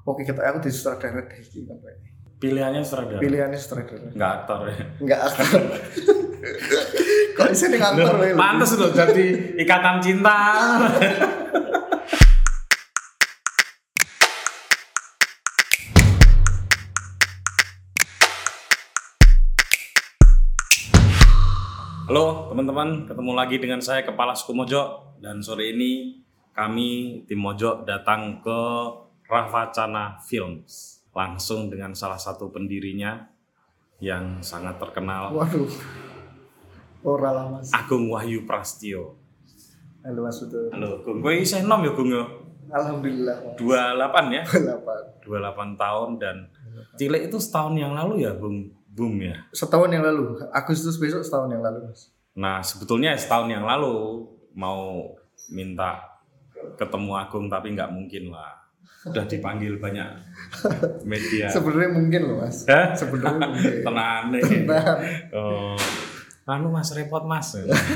oke kita aku di sutradara deh iki kan. Pilihannya sutradara. Pilihannya sutradara. Enggak aktor ya. Enggak aktor. Kok bisa nih aktor ya? Pantes loh jadi ikatan cinta. Halo teman-teman, ketemu lagi dengan saya Kepala Suku Mojo. Dan sore ini kami tim Mojo datang ke Ravacana Films, langsung dengan salah satu pendirinya yang sangat terkenal. Waduh. Ora lah Mas. Agung Wahyu Prastyo. Halo Mas Udo. Halo, Gung. Kowe isih enom ya, Gung ya? Alhamdulillah. Mas. 28 ya? 28. 28 tahun dan cilik itu setahun yang lalu ya, Bung. Boom ya. Setahun yang lalu. Agustus besok setahun yang lalu, Mas. Nah, sebetulnya setahun yang lalu mau minta ketemu Agung tapi nggak mungkin lah. Udah dipanggil banyak media. Sebenarnya mungkin loh, Mas. Sebenarnya mungkin. Tenane. Tenang. Oh. Anu Mas repot Mas.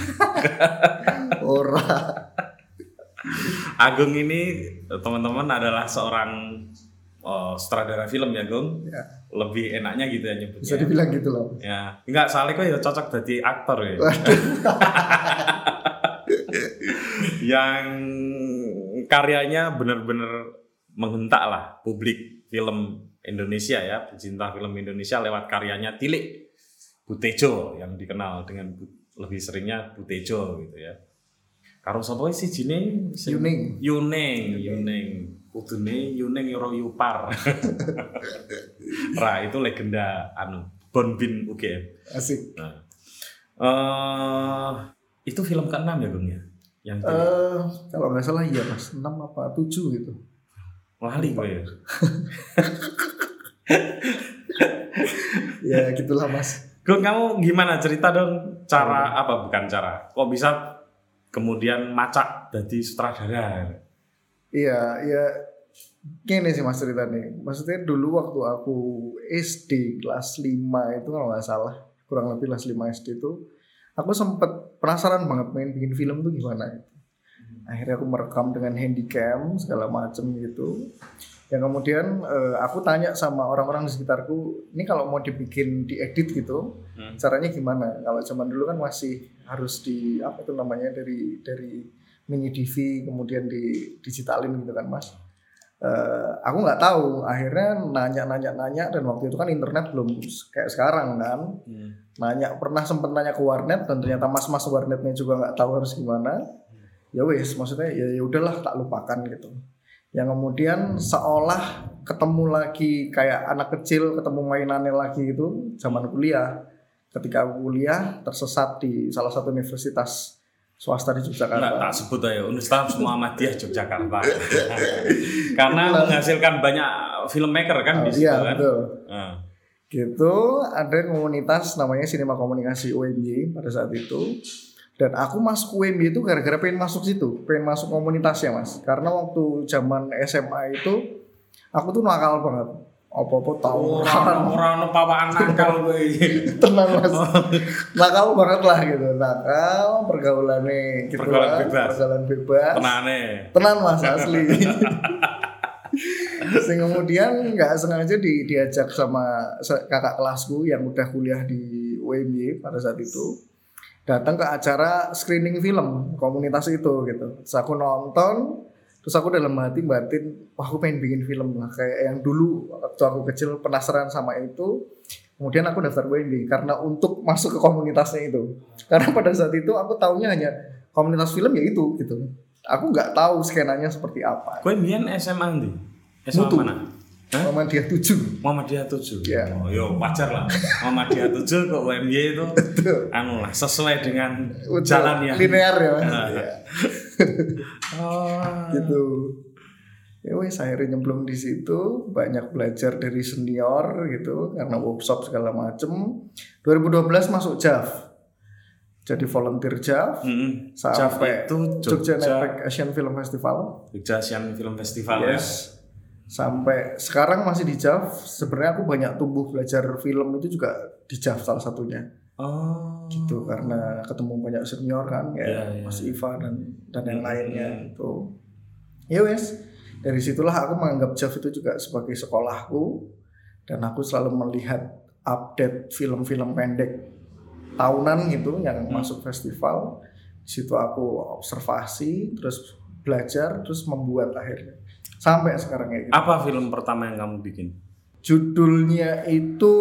Ora. Agung ini teman-teman adalah seorang sutradara film ya, Gung. Ya. Lebih enaknya gitu ya nyebutnya. Bisa dibilang gitu loh. Ya, enggak soalnya kok ya cocok jadi aktor ya. Yang karyanya benar-benar menghentak lah publik film Indonesia ya, pecinta film Indonesia lewat karyanya Tilik Butejo yang dikenal dengan lebih seringnya Butejo gitu ya. Karo sapa sih jeneng? Yuning. Kudune Yuning Yoro Yupar. Ra itu legenda Bon Bin UGM. Asik. Nah. Itu film ke-6 ya, Bung ya? Yang kalau nggak salah iya Mas, 6 apa 7 gitu. lali gue ya. Ya gitulah Mas. Gung, kamu gimana cerita dong bukan cara. Kok bisa kemudian macak jadi sutradara? Iya, gini sih Mas ceritanya. Maksudnya dulu waktu aku SD kelas 5 itu kalau nggak salah, kurang lebih kelas 5 SD itu, aku sempet penasaran banget main bikin film tuh gimana gitu. Akhirnya aku merekam dengan handycam segala macem gitu. Yang kemudian aku tanya sama orang-orang di sekitarku, ini kalau mau diedit gitu, caranya gimana? Kalau zaman dulu kan masih harus dari mini DV kemudian digitalin gitu kan Mas. Aku nggak tahu, akhirnya nanya dan waktu itu kan internet belum kayak sekarang kan. Sempet nanya ke warnet dan ternyata mas-mas warnetnya juga nggak tahu harus gimana. Ya wes, maksudnya ya udahlah tak lupakan gitu. Yang kemudian seolah ketemu lagi kayak anak kecil ketemu mainannya lagi gitu zaman kuliah. Ketika aku kuliah tersesat di salah satu universitas swasta di Yogyakarta. Nggak, tak sebut aja Universitas Muhammadiyah Yogyakarta. Karena menghasilkan banyak filmmaker kan di situ kan. Betul. Gitu ada komunitas namanya Sinema Komunikasi UMY pada saat itu. Dan aku masuk UMY itu gara-gara pengen masuk situ, pengen masuk komunitasnya Mas. Karena waktu zaman SMA itu aku tuh nakal banget. Apa-apa tahu orang pawaan nakal gue. Tenang Mas. Nakal banget lah gitu. Nakal, pergaulannya gitu lah. Pergaulan bebas. Tenan Mas asli. Sehingga kemudian nggak sengaja diajak sama kakak kelasku yang udah kuliah di UMY pada saat itu. Datang ke acara screening film komunitas itu gitu. Terus aku nonton, terus aku dalam hati batin, wah aku pengen bikin film lah kayak yang dulu waktu aku kecil penasaran sama itu. Kemudian aku daftar UMY karena untuk masuk ke komunitasnya itu. Karena pada saat itu aku taunya hanya komunitas film ya itu gitu. Aku nggak tahu skenanya seperti apa. Kowe mbiyen SMA ndi? SMA mana? Muhammadiyah 7. Muhammadiyah 7. Ya. Oh, yo wajar lah. Muhammadiyah 7 kok UMY itu lah sesuai dengan jalan yang linear ya Mas. Ya. Oh. Gitu. Ya wes akhirnya nyemplung di situ, banyak belajar dari senior gitu karena workshop segala macem. 2012 masuk JAF. Jadi volunteer JAF. Sampai itu Jogja Network Asian Film Festival. Jogja Asian Film Festival yes. Ya. Sampai sekarang masih di JAF. Sebenarnya aku banyak tumbuh belajar film itu juga di JAF salah satunya. Oh. Gitu karena ketemu banyak senior kan kayak Mas Iva dan yang lainnya gitu. Ya wes. Dari situlah aku menganggap JAV itu juga sebagai sekolahku, dan aku selalu melihat update film-film pendek tahunan gitu yang masuk festival. Di situ aku observasi, terus belajar, terus membuat akhirnya sampai sekarang kayak gitu. Apa film pertama yang kamu bikin? Judulnya itu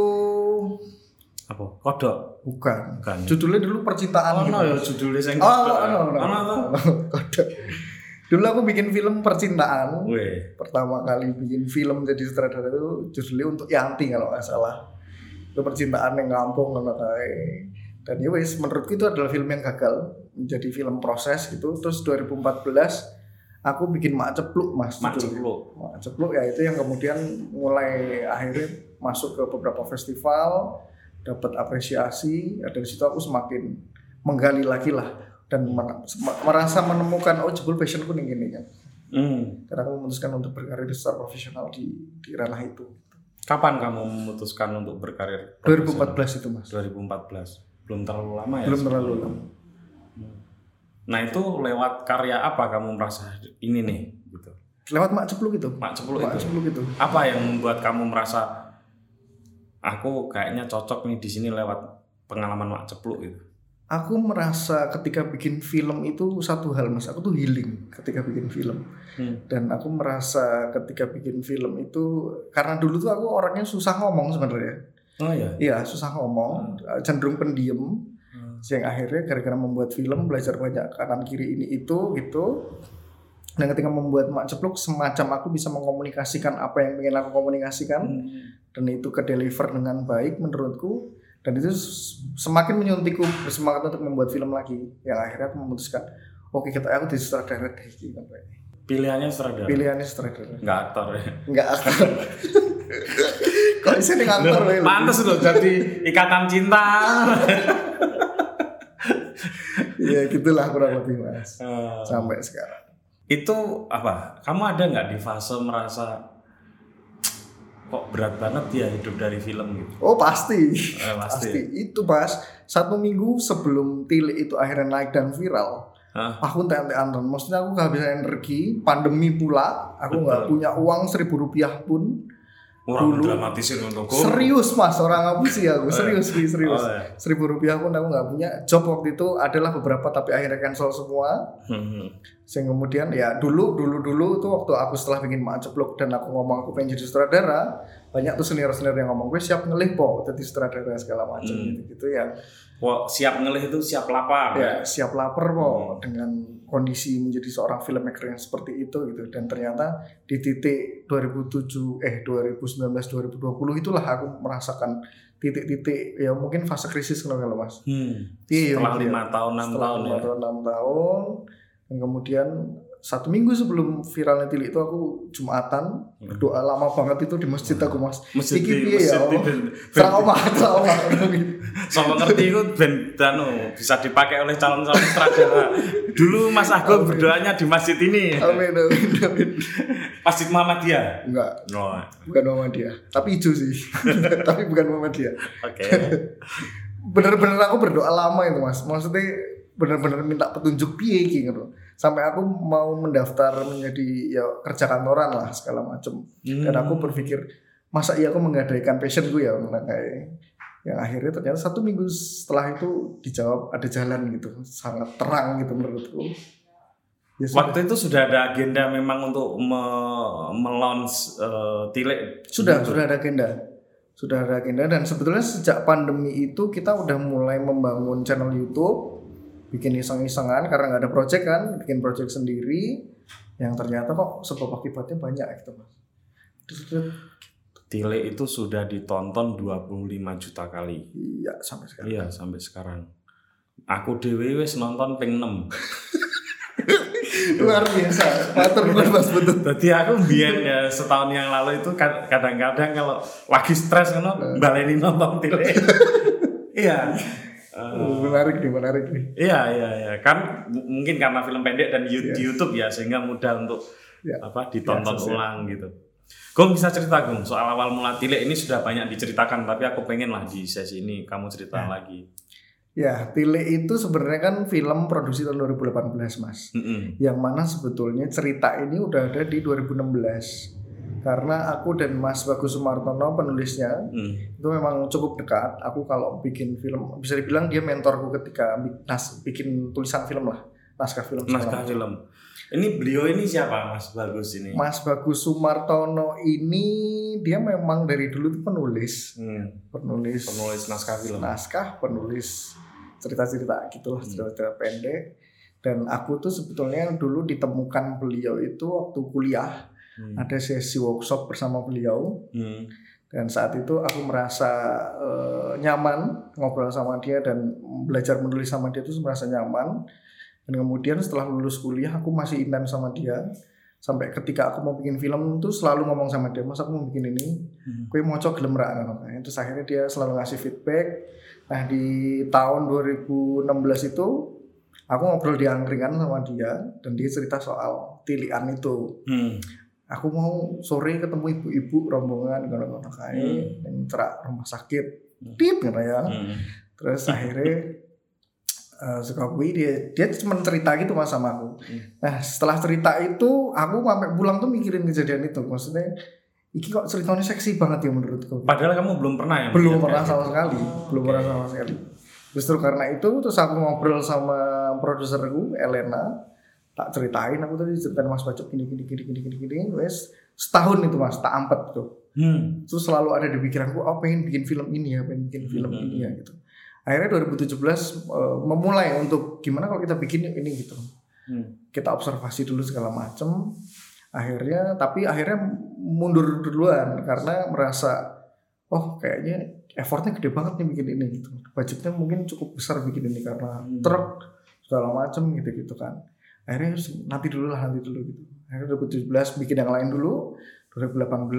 Apa? Kodok? bukan. Bukan. Judulnya dulu Percintaan. Oh no ya judulnya sing no. Kodok. Dulu aku bikin film percintaan. Weh. Pertama kali bikin film jadi sutradara itu judulnya Untuk Yanti kalau nggak salah. Itu percintaan yang kampung kalau kayak. Dan ya wes menurutku itu adalah film yang gagal menjadi film proses gitu. Terus 2014 aku bikin Mak Cepluk Mas. Mak judulnya. Cepluk. Mak Cepluk ya itu yang kemudian mulai akhirnya masuk ke beberapa festival, dapat apresiasi. Dari situ aku semakin menggali lagi lah dan merasa menemukan jebul passionku nih gini kan. Karena aku memutuskan untuk berkarir secara profesional di ranah itu. Kapan kamu memutuskan untuk berkarir? 2014 itu Mas. 2014. Belum terlalu lama ya? Belum terlalu lama. Nah itu lewat karya apa kamu merasa ini nih? Gitu. Lewat Mak Cepluk itu. Mak Cepluk Mak Cepluk itu. Apa yang membuat kamu merasa aku kayaknya cocok nih di sini lewat pengalaman Mak Cepluk itu? Aku merasa ketika bikin film itu satu hal Mas, aku tuh healing ketika bikin film. Dan aku merasa ketika bikin film itu karena dulu tuh aku orangnya susah ngomong sebenarnya. Oh iya. Iya, susah ngomong, cenderung pendiam. Yang akhirnya gara-gara membuat film belajar banyak kanan kiri ini itu gitu. Dan ketika membuat Mak Cepluk semacam aku bisa mengkomunikasikan apa yang ingin aku komunikasikan dan itu ke deliver dengan baik menurutku. Dan itu semakin menyuntikku bersemangat untuk membuat film lagi. Yang akhirnya aku memutuskan, oke aku jadi sutradara deh gitu. Pilihannya sutradara? Pilihannya sutradara. Nggak aktor ya? Nggak aktor. Kok bisa nih aktor? Pantes loh jadi Ikatan Cinta. Ya gitulah kurang lebih Mas. Sampai sekarang. Itu apa? Kamu ada nggak di fase merasa kok berat banget ya hidup dari film gitu? Oh pasti. Pasti. Itu Mas, 1 minggu sebelum Tilik itu akhirnya naik dan viral, aku entek-entekan. Maksudnya aku kehabisan energi, pandemi pula, aku nggak punya uang Rp1.000 pun. Orang dramatisin untuk serius Mas, orang ngapusi aku serius. Rp1.000 pun aku nggak punya. Job waktu itu adalah beberapa tapi akhirnya cancel semua. Sehingga kemudian ya dulu tuh waktu aku setelah bikin Mak Cepluk dan aku ngomong aku pengen jadi sutradara, banyak tuh senior yang ngomong gue siap ngelih po jadi sutradara segala macam gitu ya. Wah, siap ngelih itu siap lapar. Ya, siap lapar po dengan kondisi menjadi seorang filmmaker yang seperti itu gitu. Dan ternyata di titik 2019 2020 itulah aku merasakan titik-titik ya mungkin fase krisis kalau Mas. Setelah 5 tahun 6 tahun ya. 6 tahun. Dan kemudian 1 minggu sebelum viralnya Tilik itu aku Jumatan berdoa lama banget itu di masjid aku Mas. Masjid ya trauma. Sama ngerti itu ben bisa dipakai oleh calon-calon sutradara. Dulu Mas Agung berdoanya di masjid ini. Amin. Masjid Muhammadiyah? Enggak. No. Bukan Muhammadiyah, tapi hijau sih. Tapi bukan Muhammadiyah. Oke. Bener-bener aku berdoa lama itu Mas. Maksudnya benar-benar minta petunjuk piye gitu. Sampai aku mau mendaftar menjadi ya kerja kantoran lah segala macam. Dan aku berpikir masa iya aku menggadaikan passionku ya kayak yang akhirnya ternyata 1 minggu setelah itu dijawab ada jalan gitu. Sangat terang gitu menurutku. Ya, waktu itu sudah ada agenda memang untuk me-launch Tilik? Sudah ada agenda. Sudah ada agenda dan sebetulnya sejak pandemi itu kita udah mulai membangun channel YouTube. Bikin iseng-isengan karena nggak ada project kan, bikin project sendiri yang ternyata kok sebab akibatnya banyak gitu Mas. Tilik itu sudah ditonton 25 juta kali. Iya sampai sekarang. Iya sampai sekarang. Aku dhewe wis nonton ping 6. Luar biasa. Matur nuwun Mas betul. Jadi aku mbiyen ya setahun yang lalu itu kadang-kadang kalau lagi stres ngono baleni nonton Tilik. Iya. Menarik nih. Iya. Kan mungkin karena film pendek dan di YouTube ya sehingga mudah untuk ditonton ulang gitu. Gung bisa cerita Gung soal awal mula Tilik ini sudah banyak diceritakan tapi aku pengen lah di sesi ini kamu cerita lagi. Ya, Tile itu sebenarnya kan film produksi tahun 2018, Mas. Yang mana sebetulnya cerita ini udah ada di 2016. Karena aku dan Mas Bagus Sumartono penulisnya itu memang cukup dekat. Aku kalau bikin film bisa dibilang dia mentorku ketika bikin tulisan film lah, naskah film. Naskah film. Ini beliau ini siapa, Mas Bagus ini? Mas Bagus Sumartono ini dia memang dari dulu tuh penulis naskah film, penulis cerita-cerita gitulah, cerita-cerita pendek. Dan aku tuh sebetulnya dulu ditemukan beliau itu waktu kuliah, ada sesi workshop bersama beliau. Dan saat itu aku merasa nyaman ngobrol sama dia dan belajar menulis sama dia itu merasa nyaman. Dan kemudian setelah lulus kuliah aku masih intens sama dia. Sampai ketika aku mau bikin film tuh selalu ngomong sama dia, Mas aku mau bikin ini, kue mau coba gelem ra. Terus akhirnya dia selalu ngasih feedback. Nah di tahun 2016 itu aku ngobrol di angkringan sama dia dan dia cerita soal tilian itu. Aku mau sore ketemu ibu-ibu rombongan ngono-ngono kae ning cerak rumah sakit. Tit ngono ya. Terus akhirnya Sukabumi dia cuma cerita gitu Mas sama aku. Nah setelah cerita itu aku sampai pulang tuh mikirin kejadian itu. Maksudnya iki kok ceritanya seksi banget ya menurutku. Padahal kamu belum pernah ya? Belum pernah sama sekali. Pernah sama sekali. Justru karena itu terus aku ngobrol sama produserku Elena, tak ceritain aku tadi ceritain Mas Bacok gini. Wes setahun itu Mas tak ampet tuh. Terus selalu ada di pikiranku, pengen bikin film ini ya gitu. Akhirnya 2017 memulai untuk gimana kalau kita bikin ini gitu. Kita observasi dulu segala macam. Akhirnya mundur duluan karena merasa kayaknya effortnya gede banget nih bikin ini gitu. Budgetnya mungkin cukup besar bikin ini karena truk segala macam gitu kan. Akhirnya nanti dulu gitu. Akhirnya 2017 bikin yang lain dulu. 2018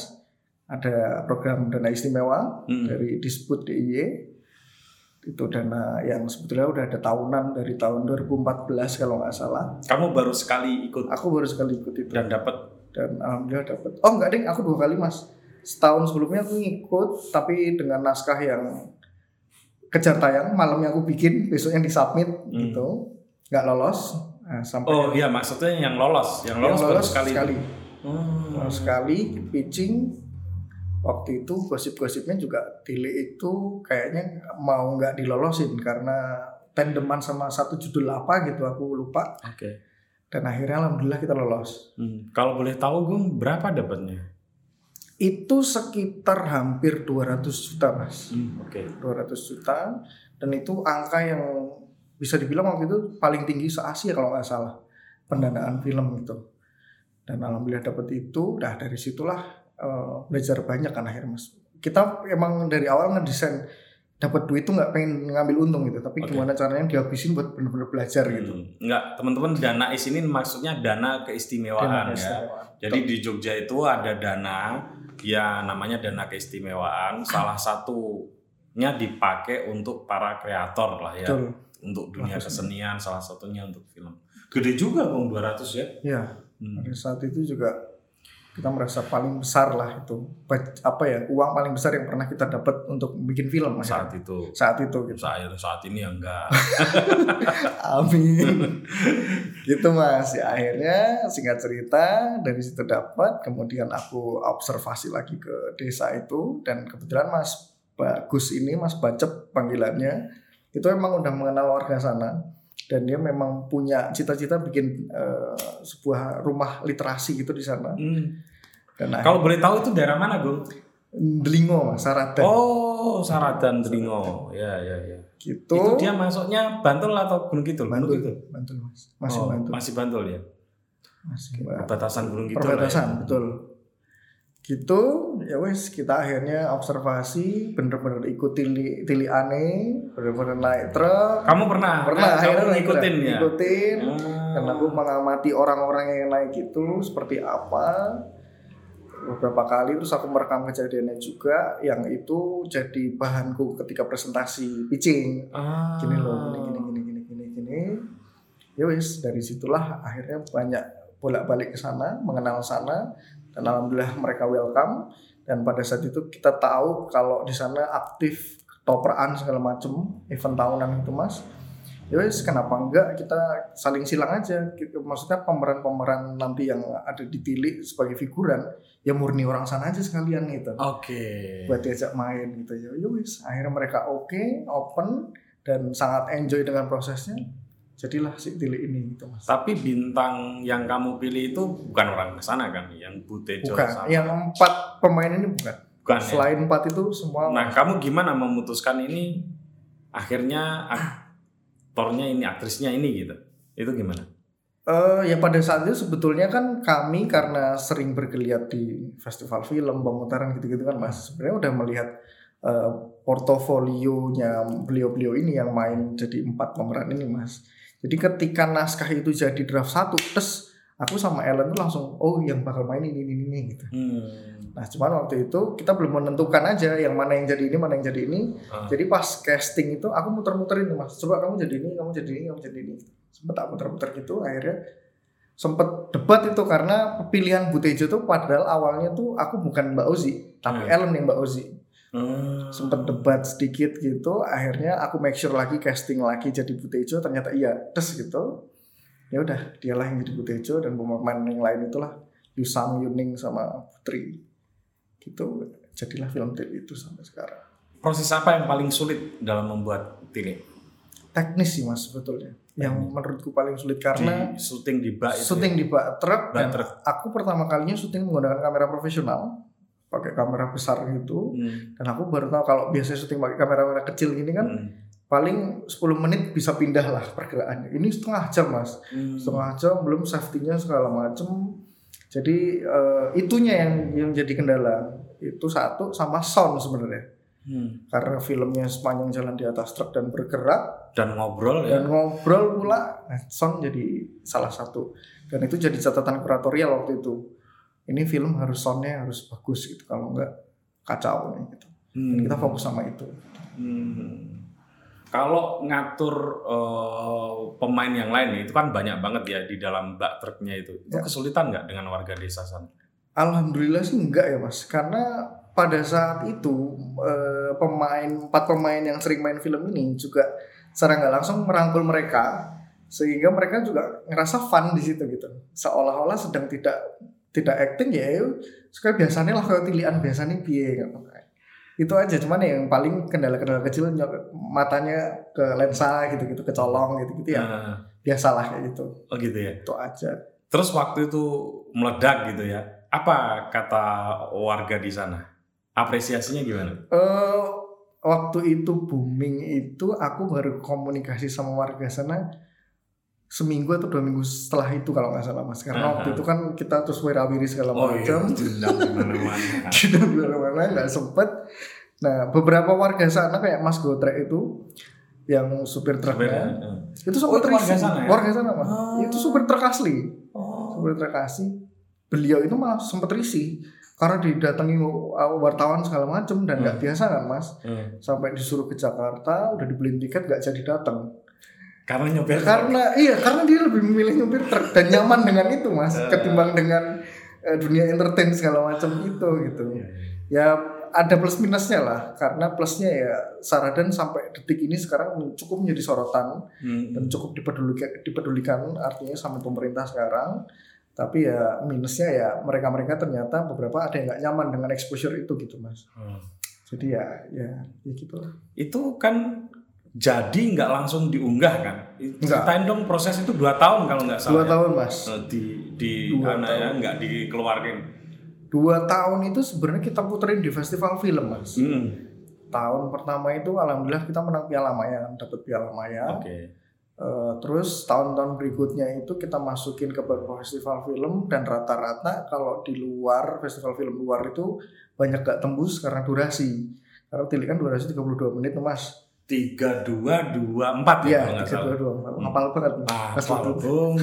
ada program dana istimewa dari Disbud DIY. Itu dana yang sebetulnya udah ada tahunan dari tahun 2014 kalau nggak salah. Kamu baru sekali ikut? Aku baru sekali ikut itu. Dan dapat? Dan alhamdulillah dapat. Oh enggak ding, aku 2 kali Mas. Setahun sebelumnya aku ngikut tapi dengan naskah yang kejar tayang, malamnya aku bikin, besoknya disubmit gitu. Nggak lolos. Nah, iya maksudnya yang lolos baru sekali. Lolos sekali pitching. Waktu itu gosip-gosipnya juga Tile itu kayaknya mau nggak dilolosin karena tandeman sama satu judul apa gitu aku lupa. Oke. Dan akhirnya alhamdulillah kita lolos. Kalau boleh tahu Gung berapa dapatnya? Itu sekitar hampir 200 juta Mas. 200 juta dan itu angka yang bisa dibilang waktu itu paling tinggi se-Asia kalau nggak salah pendanaan film itu. Dan alhamdulillah dapat itu. Nah dari situlah belajar banyak kan akhirnya Mas. Kita emang dari awal ngedesain dapat duit tuh nggak pengen ngambil untung gitu, tapi gimana caranya dihabisin buat benar-benar belajar gitu. Enggak, teman-teman, dana ini maksudnya dana keistimewaan ya. Jadi di Jogja itu ada dana ya namanya dana keistimewaan. Salah satunya dipakai untuk para kreator lah ya. Betul. Untuk dunia kesenian, salah satunya untuk film. Gede juga Bang 200 ya. Iya. Pada saat itu juga kita merasa paling besar lah itu uang paling besar yang pernah kita dapat untuk bikin film saat itu gitu. Saat ini ya enggak. Amin. Gitu Mas ya, akhirnya singkat cerita dari situ dapat, kemudian aku observasi lagi ke desa itu dan kebetulan Mas Bagus ini Mas Bacep panggilannya itu emang udah mengenal warga sana. Dan dia memang punya cita-cita bikin sebuah rumah literasi gitu di sana. Dan kalau boleh tahu itu daerah mana, Gung? Delingo, Saradan. Oh, Saradan, Delingo. Ya. Gitu. Itu dia masuknya Bantul atau Gunung Kidul? Bantul Mas. Bantul. Masih Bantul ya. Perbatasan Gunung Kidul. Perbatasan, ya. Betul. Gitu, ya wes kita akhirnya observasi, bener-bener ikutin tiliane, bener-bener naik truk. Kamu pernah akhirnya ngikutin ya? Ikutin, karena aku mengamati orang-orang yang naik itu seperti apa. Beberapa kali terus aku merekam kejadiannya juga, yang itu jadi bahanku ketika presentasi pitching. Gini loh, gini. Ya wes dari situlah akhirnya banyak bolak-balik ke sana, mengenal sana. Dan alhamdulillah mereka welcome. Dan pada saat itu kita tahu kalau di sana aktif toperan segala macem, event tahunan itu Mas. Ya wes kenapa enggak kita saling silang aja. Maksudnya pemeran-pemeran nanti yang ada di Tilik sebagai figuran ya murni orang sana aja sekalian gitu. Oke. Buat diajak main gitu ya. Ya wes akhirnya mereka open dan sangat enjoy dengan prosesnya. Jadilah si Tilik ini gitu Mas. Tapi bintang yang kamu pilih itu bukan orang sana kan, yang Butejo Bukan, sama. yang 4 pemain ini bukan. Bukan, Selain 4 itu semua. Nah, kamu gimana memutuskan ini akhirnya aktornya ini, aktrisnya ini gitu? Itu gimana? Ya pada saat itu sebetulnya kan kami karena sering bergeliat di festival film, pemutaran gitu-gitu kan Mas. Sebenarnya udah melihat portofolionya beliau-beliau ini yang main jadi 4 pemeran ini Mas. Jadi ketika naskah itu jadi draft 1, terus aku sama Ellen tuh langsung, oh yang bakal main ini gitu. Nah cuman waktu itu kita belum menentukan aja yang mana yang jadi ini, mana yang jadi ini. Jadi pas casting itu aku muter-muterin tuh Mas, coba kamu jadi ini, kamu jadi ini, kamu jadi ini. Sempet aku muter-muter gitu, akhirnya sempet debat itu karena pilihan Butejo tuh padahal awalnya tuh aku bukan Mbak Ozi, tapi Ellen yang Mbak Ozi. Sempet debat sedikit gitu, akhirnya aku make sure lagi casting lagi jadi Butejo, ternyata iya tes gitu. Ya udah dialah yang jadi Butejo dan pemain yang lain itulah Yusam, Yuning sama Putri gitu. Jadilah film Tilik itu sampai sekarang. Proses apa yang paling sulit dalam membuat Tilik? Teknis sih Mas sebetulnya. Yang menurutku paling sulit karena syuting di bak itu. Syuting ya? di bak truk. Dan truk. aku pertama kalinya syuting menggunakan kamera profesional, pakai kamera besar gitu. Dan aku baru tahu kalau biasanya syuting pakai kamera kecil gini kan paling 10 menit bisa pindah lah pergerakannya. Ini setengah jam Mas. Setengah jam belum safety-nya segala macem. Jadi itunya yang jadi kendala. Itu satu sama sound sebenarnya. Karena filmnya sepanjang jalan di atas truk dan bergerak dan ngobrol pula, sound jadi salah satu. Dan itu jadi catatan kuratorial waktu itu. Ini film harus soundnya harus bagus gitu, kalau enggak kacau nih gitu. Dan kita fokus sama itu. Kalau ngatur pemain yang lain itu kan banyak banget ya di dalam bak truknya itu. Itu kesulitan nggak dengan warga desa sana? Alhamdulillah sih enggak ya Mas, karena pada saat itu 4 pemain yang sering main film ini juga secara nggak langsung merangkul mereka, sehingga mereka juga ngerasa fun di situ gitu, seolah-olah sedang tidak acting ya, suka biasanya lah kalau tilian biasanya piye gitu. Itu aja, cuman yang paling kendala-kendala kecil matanya ke lensa gitu kecolong gitu ya, biasalah kayak gitu. Oh gitu ya. Itu aja. Terus waktu itu meledak gitu ya, apa kata warga di sana? Apresiasinya gimana? Waktu itu booming itu aku baru komunikasi sama warga sana seminggu atau 2 minggu setelah itu kalau nggak salah Mas, karena waktu itu kan kita terus wirawiri segala macam, dendam di mana-mana nggak sempet. Nah beberapa warga sana kayak Mas Gotrek itu yang supir truknya itu sempat warga sana Mas. Itu supir truk asli, supir truk asli. Beliau itu malah sempat risih karena didatangi wartawan segala macam dan nggak biasa kan Mas. Sampai disuruh ke Jakarta, udah dibeliin tiket nggak jadi datang. Karena dia lebih memilih nyopir truk dan nyaman dengan itu Mas, ketimbang dengan dunia entertain segala macam itu gitu. Ya ada plus minusnya lah, karena plusnya ya Saradan sampai detik ini sekarang cukup menjadi sorotan dan cukup dipedulikan artinya sama pemerintah sekarang. Tapi ya minusnya ya mereka ternyata beberapa ada yang nggak nyaman dengan exposure itu gitu Mas. Jadi ya gitu lah. Itu kan jadi nggak langsung diunggah kan? Ceritain dong proses itu 2 tahun kalau nggak salah. 2 tahun Mas. Di mana ya nggak dikeluarin. 2 tahun itu sebenarnya kita puterin di festival film Mas. Tahun pertama itu alhamdulillah kita menang Piala Maya, dapat Piala Maya. Terus tahun-tahun berikutnya itu kita masukin ke beberapa festival film dan rata-rata kalau di luar festival film luar itu banyak gak tembus karena durasi. Karena Tilik kan durasi 32 menit Mas. 3224 ya kalau nggak salah. 3224. Hafal banget. Hafal dong.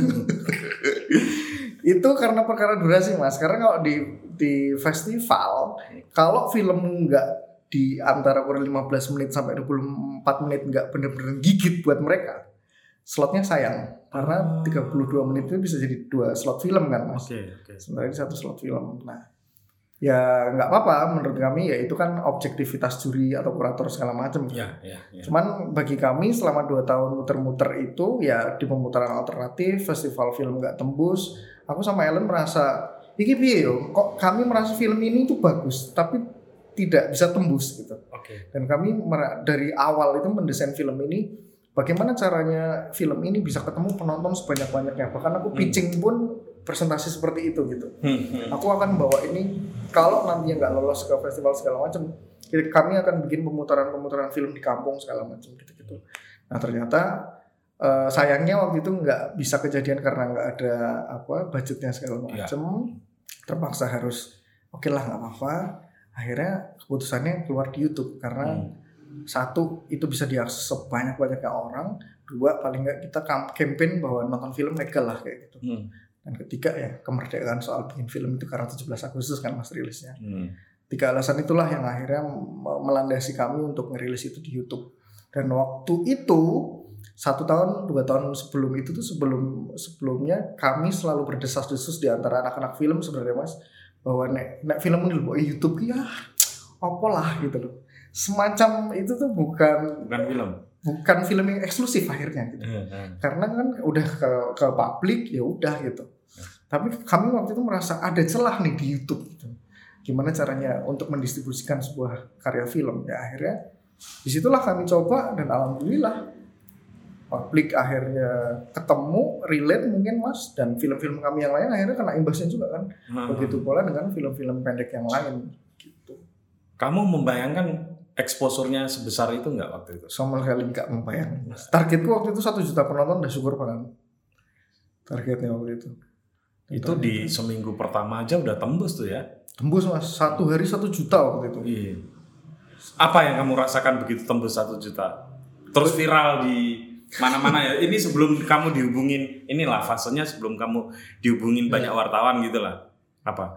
Itu karena perkara durasi Mas. Karena kalau di festival kalau film nggak di antara kurang 15 menit sampai 24 menit nggak bener-bener gigit buat mereka, slotnya sayang. Karena 32 menit itu bisa jadi 2 slot film kan Mas. Oke. Sebenarnya 1 slot film. Nah ya nggak apa-apa menurut kami, ya itu kan objektivitas juri atau kurator segala macam. Ya. Cuman bagi kami selama 2 tahun muter-muter itu ya di pemutaran alternatif, festival film nggak tembus, aku sama Ellen merasa iki piye yo, kok kami merasa film ini tuh bagus tapi tidak bisa tembus gitu. Dan kami dari awal itu mendesain film ini bagaimana caranya film ini bisa ketemu penonton sebanyak-banyaknya. Bahkan aku pitching pun presentasi seperti itu gitu. Aku akan bawa ini, kalau nantinya nggak lolos ke festival segala macam, kami akan bikin pemutaran film di kampung segala macam gitu. Nah ternyata sayangnya waktu itu nggak bisa kejadian karena nggak ada budgetnya segala macam. Terpaksa harus oke lah nggak apa-apa. Akhirnya keputusannya keluar di YouTube karena satu itu bisa diakses sebanyak-banyaknya orang, dua paling nggak kita campaign bahwa nonton film legal lah kayak gitu. Dan ketiga ya kemerdekaan soal bikin film itu karena 17 Agustus kan mas rilisnya. 3 alasan itulah yang akhirnya melandasi kami untuk ngerilis itu di YouTube. Dan waktu itu 1 tahun 2 tahun sebelum itu tuh sebelumnya kami selalu berdesas-desus di antara anak-anak film sebenarnya mas, bahwa nek film ini loh YouTube ya apalah gitu loh. Semacam itu tuh bukan film yang eksklusif akhirnya gitu. Karena kan udah ke publik ya udah gitu. Tapi kami waktu itu merasa ada celah nih di YouTube gitu. Gimana caranya untuk mendistribusikan sebuah karya film ya, akhirnya disitulah kami coba dan alhamdulillah publik akhirnya ketemu, relate mungkin mas, dan film-film kami yang lain akhirnya kena imbasnya juga kan. Begitu pula dengan film-film pendek yang lain gitu. Kamu membayangkan exposure-nya sebesar itu nggak waktu itu? Sama sekali nggak membayangkan. Targetku waktu itu 1 juta penonton, udah syukur banget. Targetnya waktu itu. Itu di seminggu pertama aja udah tembus tuh ya? Tembus mas, 1 hari 1 juta waktu itu. Iya. Apa yang kamu rasakan begitu tembus 1 juta? Terus viral di mana-mana ya? Ini sebelum kamu dihubungin, inilah fasenya sebelum kamu dihubungin banyak wartawan gitu lah. Apa?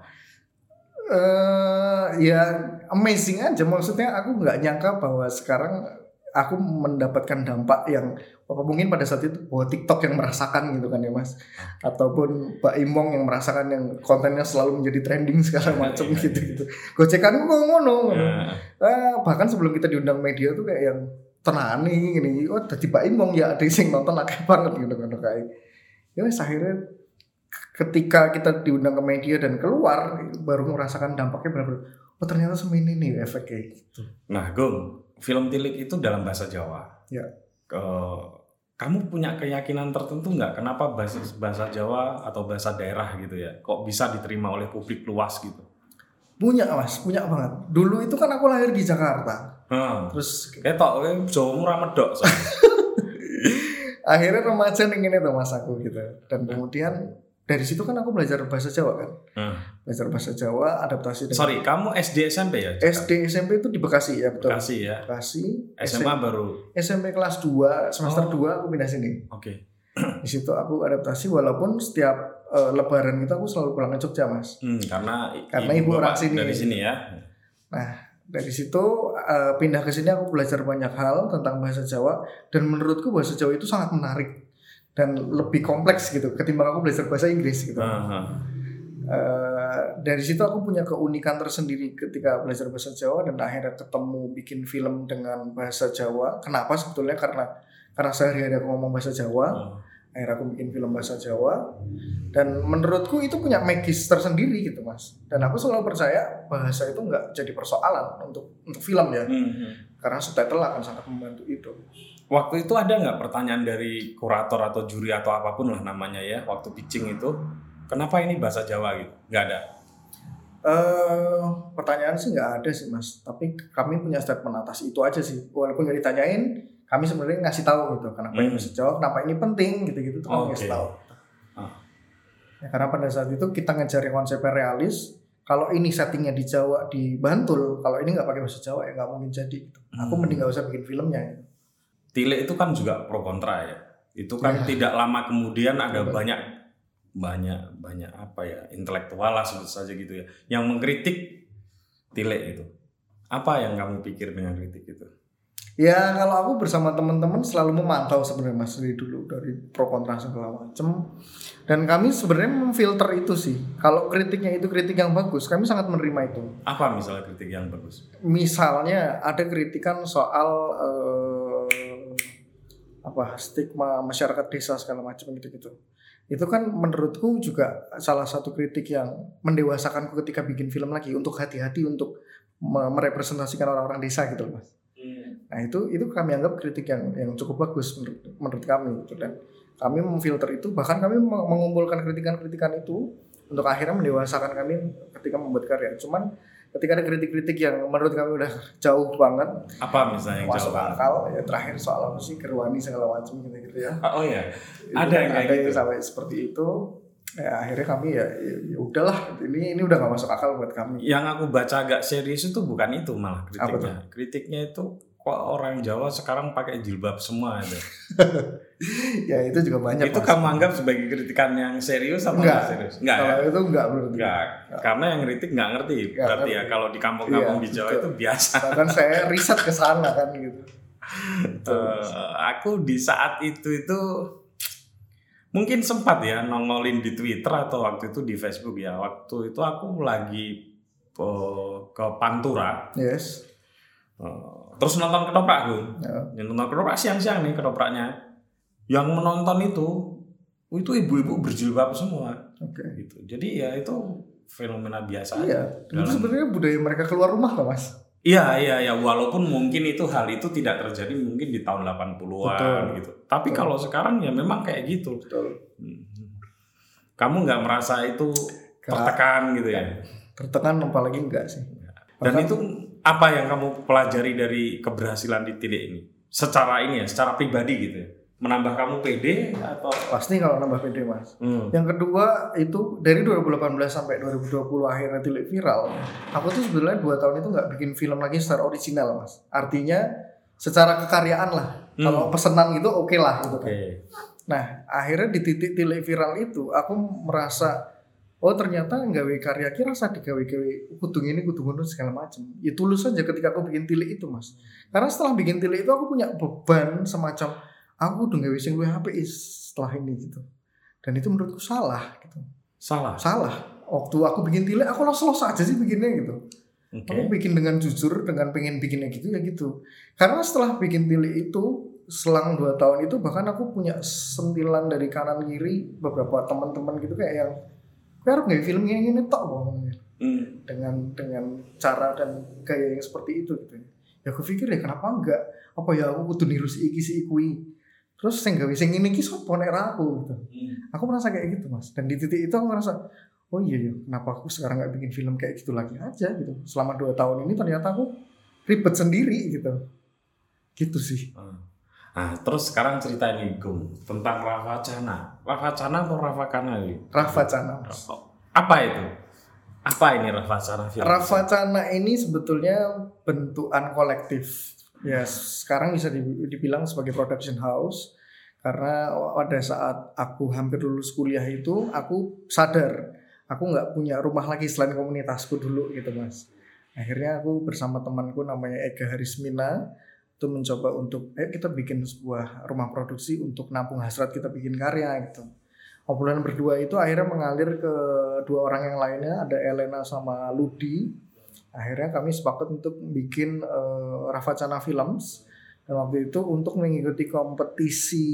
Ya amazing aja, maksudnya aku nggak nyangka bahwa sekarang aku mendapatkan dampak yang mungkin pada saat itu bahwa TikTok yang merasakan gitu kan ya mas, ataupun Mbak Imong yang merasakan yang kontennya selalu menjadi trending segala macam gitu. Gocekanku kok ngono. Bahkan sebelum kita diundang media tuh kayak yang tenan nih gini, tadi Mbak Imong ya ada yang nonton akeh banget gitu kan kayak. Ya wes akhirnya ketika kita diundang ke media dan keluar baru merasakan dampaknya benar-benar ternyata semini nih efeknya gitu. Nah Gung, film Tilik itu dalam bahasa Jawa. Ya. Kamu punya keyakinan tertentu nggak kenapa bahasa Jawa atau bahasa daerah gitu ya kok bisa diterima oleh publik luas gitu? Punya mas, punya banget. Dulu itu kan aku lahir di Jakarta. Terus ketok Jawa murah medok. Akhirnya remaja ning ngene to mas aku gitu. Dan kemudian dari situ kan aku belajar bahasa Jawa kan. Belajar bahasa Jawa, adaptasi dengan... Sorry, kamu SD SMP ya? SD SMP itu di Bekasi ya, betul. Bekasi ya. Bekasi. SMA baru. SMP kelas 2, semester 2 aku pindah sini. Oke. Di situ aku adaptasi walaupun setiap lebaran itu aku selalu pulang ke Jogja, Mas. Karena ibu orang sini. Dari sini ya. Nah, dari situ pindah ke sini aku belajar banyak hal tentang bahasa Jawa dan menurutku bahasa Jawa itu sangat menarik dan lebih kompleks gitu ketimbang aku belajar bahasa Inggris gitu. Dari situ aku punya keunikan tersendiri ketika belajar bahasa Jawa dan akhirnya ketemu bikin film dengan bahasa Jawa. Kenapa sebetulnya karena sehari-hari aku ngomong bahasa Jawa. Akhirnya aku bikin film bahasa Jawa dan menurutku itu punya magis tersendiri gitu mas. Dan aku selalu percaya bahasa itu nggak jadi persoalan untuk film ya. Karena subtitle akan sangat membantu itu. Waktu itu ada nggak pertanyaan dari kurator atau juri atau apapun lah namanya ya waktu pitching itu, kenapa ini bahasa Jawa gitu? Nggak ada? Pertanyaan sih nggak ada sih mas, tapi kami punya statement atas itu aja sih. Walaupun nggak ditanyain, kami sebenarnya ngasih tahu gitu kenapa ini bahasa Jawa, kenapa ini penting gitu-gitu tuh kami ngasih tahu. Ya, karena pada saat itu kita ngejar konsepnya realis. Kalau ini settingnya di Jawa di Bantul, kalau ini nggak pakai bahasa Jawa ya nggak mungkin jadi. Gitu. Aku mending nggak usah bikin filmnya. Gitu. Tilik itu kan juga pro kontra ya. Itu kan tidak lama kemudian ada banyak apa ya intelektual lah sebut saja gitu ya yang mengkritik Tilik itu. Apa yang kamu pikir dengan kritik itu? Ya kalau aku bersama teman-teman selalu memantau sebenarnya Mas dari dulu, dari pro kontra segala macam. Dan kami sebenarnya memfilter itu sih. Kalau kritiknya itu kritik yang bagus, kami sangat menerima itu. Apa misalnya kritik yang bagus? Misalnya ada kritikan soal stigma masyarakat desa segala macam gitu-gitu. Itu kan menurutku juga salah satu kritik yang mendewasakanku ketika bikin film lagi, untuk hati-hati untuk merepresentasikan orang-orang desa gitu Mas. Nah itu kami anggap kritik yang cukup bagus menurut kami gitu. Dan kami memfilter itu, bahkan kami mengumpulkan kritikan-kritikan itu untuk akhirnya mendewasakan kami ketika membuat karya. Cuman ketika ada kritik-kritik yang menurut kami udah jauh banget, apa misalnya yang masuk jauh banget? akal ya, terakhir soal apa sih Gerwani segala macam gitu ya. Oh ya, Itu ada yang kayak gitu sampai seperti itu. Ya akhirnya kami ya udahlah, ini udah gak masuk akal buat kami. Yang aku baca agak serius itu bukan itu malah kritiknya. Kritiknya itu kok orang Jawa sekarang pakai jilbab semua itu. Ya itu juga banyak. Itu kamu anggap sebagai kritikan yang serius apa enggak serius? Enggak. Kalau ya? itu enggak menurut. Enggak. Karena yang kritik enggak ngerti. Berarti ya kalau di kampung-kampung di Jawa itu biasa. Bahkan saya riset ke sana kan gitu. Aku di saat itu mungkin sempat ya nongolin di Twitter atau waktu itu di Facebook ya. Waktu itu aku lagi ke Pantura. Yes. Terus nonton ketoprak tuh. Ya. Nonton ketoprak siang-siang nih ketopraknya. Yang menonton itu ibu-ibu berjilbab semua. Oke. Gitu. Jadi ya itu fenomena biasa. Iya. Itu sebenarnya budaya mereka keluar rumah loh Mas. Iya. Walaupun mungkin hal itu tidak terjadi mungkin di tahun 80-an gitu. Tapi kalau sekarang ya memang kayak gitu. Betul. Kamu nggak merasa itu tertekan gitu ya? Tertekan apalagi enggak sih. Dan itu apa yang kamu pelajari dari keberhasilan di Tilik ini? Secara pribadi gitu ya? Menambah kamu pede atau? Pasti kalau nambah pede Mas. Yang kedua itu dari 2018 sampai 2020 akhirnya Tilik viral. Aku tuh sebenarnya 2 tahun itu nggak bikin film lagi secara original Mas. Artinya secara kekaryaan lah. Kalau pesenan gitu oke lah gitu kan. Nah akhirnya di titik Tilik viral itu aku merasa ternyata nggawe karya ki rasa digawe-gawe kudu ngene kudu ngono segala macam. Ya tulus aja ketika aku bikin Tilik itu Mas. Karena setelah bikin Tilik itu aku punya beban semacam aku udah nggawe sing luwih apik setelah ini gitu. Dan itu menurutku salah gitu. Salah. Waktu aku bikin Tilik aku los-los aja sih bikinnya gitu. Aku bikin dengan jujur, dengan pengen bikinnya gitu ya gitu. Karena setelah bikin Tilik itu selang 2 tahun itu bahkan aku punya sentilan dari kanan kiri beberapa teman-teman gitu kayak yang harus nggak film ini tok dengan cara dan gaya yang seperti itu gitu ya. Aku pikir ya kenapa enggak, apa ya aku kudu niru si ikui terus sing gawe sing ngene iki sapa nek ra aku gitu. Aku merasa kayak gitu Mas, dan di titik itu aku merasa oh iya kenapa aku sekarang nggak bikin film kayak gitu lagi aja gitu. Selama 2 tahun ini ternyata aku ribet sendiri gitu sih. Nah, terus sekarang ceritain Gung tentang Ravacana. Ravacana atau Ravacana ini? Ravacana. Apa itu? Apa ini Ravacana film? Ravacana ini sebetulnya bentukan kolektif. Ya, sekarang bisa dibilang sebagai production house karena pada saat aku hampir lulus kuliah itu aku sadar aku nggak punya rumah lagi selain komunitasku dulu gitu Mas. Akhirnya aku bersama temanku namanya Ega Harismina itu mencoba untuk kita bikin sebuah rumah produksi untuk nampung hasrat kita bikin karya gitu. Obrolan berdua itu akhirnya mengalir ke 2 orang yang lainnya, ada Elena sama Ludi. Akhirnya kami sepakat untuk bikin Ravacana Films, dan waktu itu untuk mengikuti kompetisi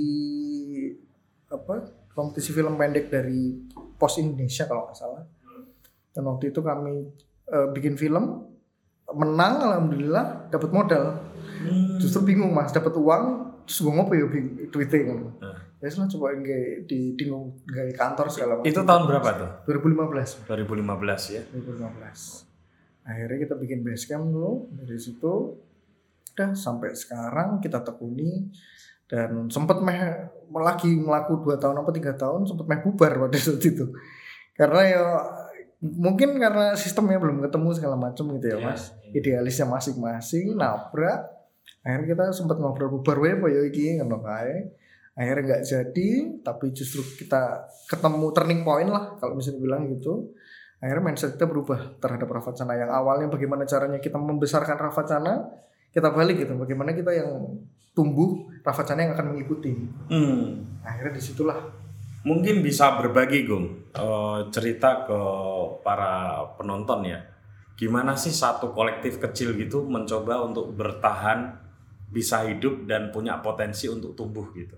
film pendek dari Pos Indonesia kalau nggak salah. Dan waktu itu kami bikin film, menang alhamdulillah, dapat modal. Justru bingung Mas, dapat uang terus gue ngopo ya tweeting kan. Ya sudah coba di kantor segala macam. Itu tahun berapa tuh? 2015 ya. 2015. Akhirnya kita bikin basecamp dulu, dari situ udah sampai sekarang kita tekuni, dan sempat lagi melaku 2 tahun apa 3 tahun sempat bubar pada saat itu. Karena ya mungkin karena sistemnya belum ketemu segala macam gitu ya Mas. Idealisnya masing-masing nabrak. Akhirnya kita sempat ngobrol bubar wae apa ya iki ngono kae. Akhirnya enggak jadi, tapi justru kita ketemu turning point lah kalau bisa dibilang gitu. Akhirnya mindset kita berubah terhadap Ravacana yang awalnya bagaimana caranya kita membesarkan Ravacana, kita balik gitu, bagaimana kita yang tumbuh, Raffacana yang akan mengikuti. Akhirnya disitulah. Mungkin bisa berbagi Gung, cerita ke para penonton ya. Gimana sih satu kolektif kecil gitu mencoba untuk bertahan, bisa hidup dan punya potensi untuk tumbuh gitu.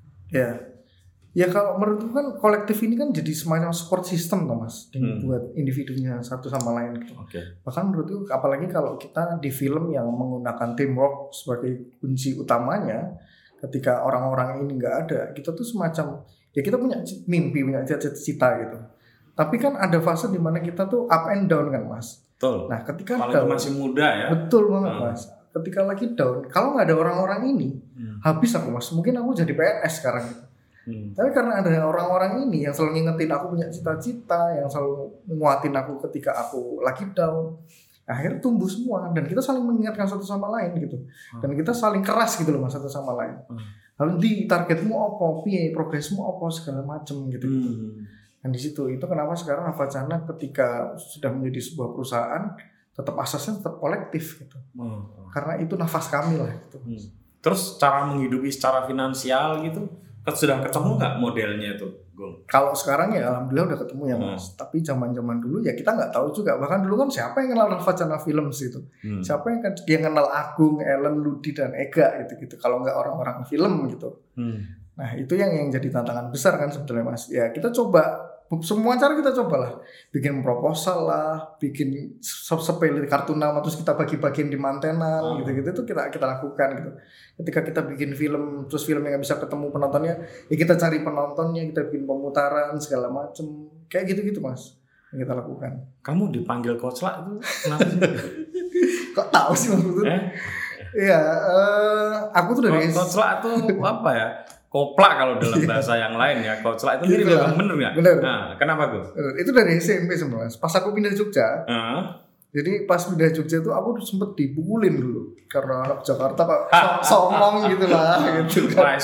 Ya kalau menurutku kan kolektif ini kan jadi semacam support system toh Mas, buat individunya satu sama lain gitu. Bahkan menurutku apalagi kalau kita di film yang menggunakan teamwork sebagai kunci utamanya, ketika orang-orang ini nggak ada, kita tuh semacam ya kita punya mimpi, punya cita-cita gitu. Tapi kan ada fase di mana kita tuh up and down kan Mas. Betul. Nah ketika down, masih muda ya. Betul banget Mas. Ketika lagi down, kalau nggak ada orang-orang ini, habis aku Mas. Mungkin aku jadi PNS sekarang gitu. Tapi karena ada orang-orang ini yang selalu ngingetin aku punya cita-cita, yang selalu menguatin aku ketika aku lagi down, akhirnya tumbuh semua dan kita saling mengingatkan satu sama lain gitu. Dan kita saling keras gitu loh Mas satu sama lain. Lalu di targetmu apa, piye, progresmu apa segala macem gitu. Dan di situ itu kenapa sekarang Raffacana ketika sudah menjadi sebuah perusahaan tetap asasnya tetap kolektif gitu. Karena itu nafas kami lah gitu. Terus cara menghidupi secara finansial gitu sudah ketemu nggak modelnya itu, Gung? Kalau sekarang ya alhamdulillah udah ketemu ya Mas. Tapi zaman-zaman dulu ya kita nggak tahu juga. Bahkan dulu kan siapa yang kenal Raffacana Films itu? Siapa yang kenal Agung, Ellen, Ludi dan Ega gitu-gitu. Kalau nggak orang-orang film gitu. Nah itu yang jadi tantangan besar kan sebetulnya Mas. Ya kita coba semua cara kita cobalah, bikin proposal lah, bikin sepele kartu nama terus kita bagi-bagiin di mantenan gitu-gitu itu kita lakukan gitu. Ketika kita bikin film terus filmnya nggak bisa ketemu penontonnya, ya kita cari penontonnya, kita bikin pemutaran segala macem kayak gitu-gitu Mas yang kita lakukan. Kamu dipanggil Koclak itu kenapa sih? Kok tahu sih maksudnya? Iya, aku tuh dari Koclak tuh apa ya? Koplak kalau dalam bahasa yang lain ya, Koclak itu mirip Bang, bener nggak? Bener. Nah, kenapa Gus? Itu dari SMP sebenarnya. Pas aku pindah Jogja, jadi pas pindah Jogja tuh aku sempet dipukulin dulu karena anak Jakarta kok somong gitu lah, gitu kan.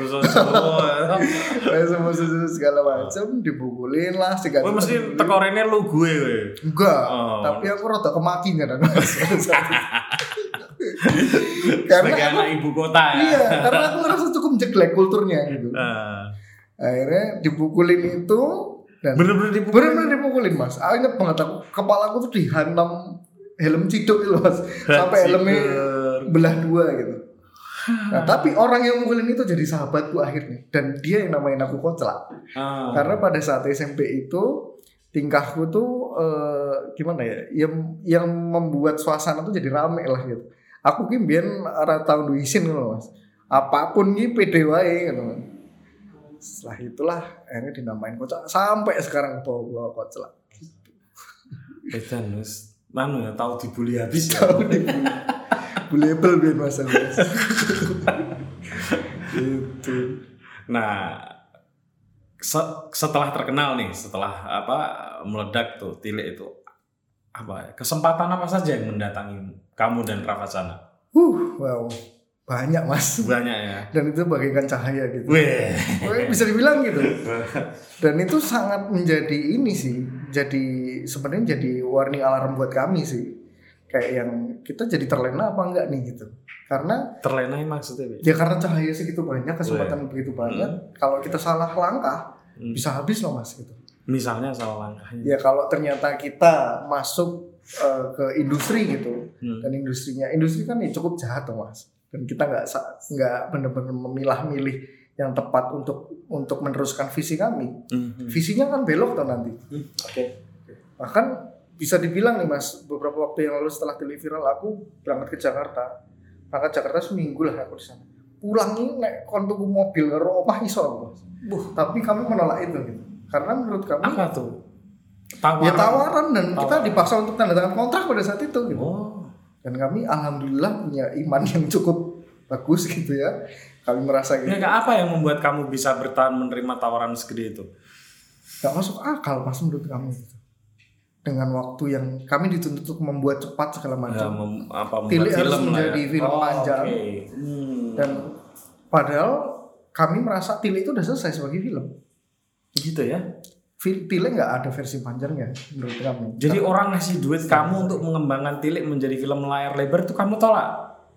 Segala macam dipukulin lah. Oh mesti tekorennya lu gue. Enggak, tapi aku rada kemaki kan Mas. Karena sebagai anak ibu kota ya. Iya, karena aku ngerasa cukup jelek kulturnya gitu. Akhirnya dipukulin itu dan bener-bener dipukulin Mas. Aku inget banget kepala aku tuh dihantam helm ciduk itu Mas. Sampai helmnya belah dua gitu. Nah, tapi orang yang mukulin itu jadi sahabatku akhirnya dan dia yang namain aku Koclak. Karena pada saat SMP itu tingkahku tuh gimana ya? Yang membuat suasana tuh jadi rame lah gitu. Aku ki mbiyen ora tau duisin ngono Mas. Apapun ki pede wae ngono. Setelah itulah akhirnya dinamain Koclak sampai sekarang bawa Koclak gitu. Edan wis ya tahu dibully habis ya. Tahu dibully. Bulebel biar Mas. Gitu. Nah, setelah terkenal nih, setelah meledak tuh Tilik itu kesempatan apa saja yang mendatangi kamu dan Raffacana? Wow, banyak Mas. Banyak ya. Dan itu bagaikan cahaya gitu. Bisa dibilang gitu. Dan itu sangat menjadi ini sih. Jadi sebenarnya jadi warning alarm buat kami sih. Kayak yang kita jadi terlena apa enggak nih gitu. Karena terlena maksudnya? Ya karena cahaya segitu banyak, kesempatan begitu banyak. Kalau kita salah langkah, bisa habis loh Mas gitu. Misalnya salah langkahnya. Ya kalau ternyata kita masuk ke industri gitu dan industri kan ya cukup jahat tuh Mas. Dan kita nggak benar-benar memilah-milih yang tepat untuk meneruskan visi kami. Visinya kan belok tuh nanti. Bahkan bisa dibilang nih Mas, beberapa waktu yang lalu setelah Tilik viral aku berangkat ke Jakarta. Seminggu lah aku di sana. Pulang ini naik kontuku mobil karo opah iso Mas. Tapi kami menolak itu gitu. Karena menurut kami apa tuh? Tawaran dan kita dipaksa untuk tanda tangan kontrak pada saat itu gitu. Dan kami alhamdulillah punya iman yang cukup bagus gitu ya. Kami merasa gitu. Ya, apa yang membuat kamu bisa bertahan menerima tawaran segede itu? Gak masuk akal Mas menurut kami gitu. Dengan waktu yang kami dituntut untuk membuat cepat segala macam. Tilik harus menjadi film panjang. Dan padahal kami merasa Tilik itu udah selesai sebagai film. Gitu ya. Tilik nggak ada versi panjangnya menurut kami. Jadi orang ngasih duit kamu untuk mengembangkan Tilik menjadi film layar lebar itu kamu tolak?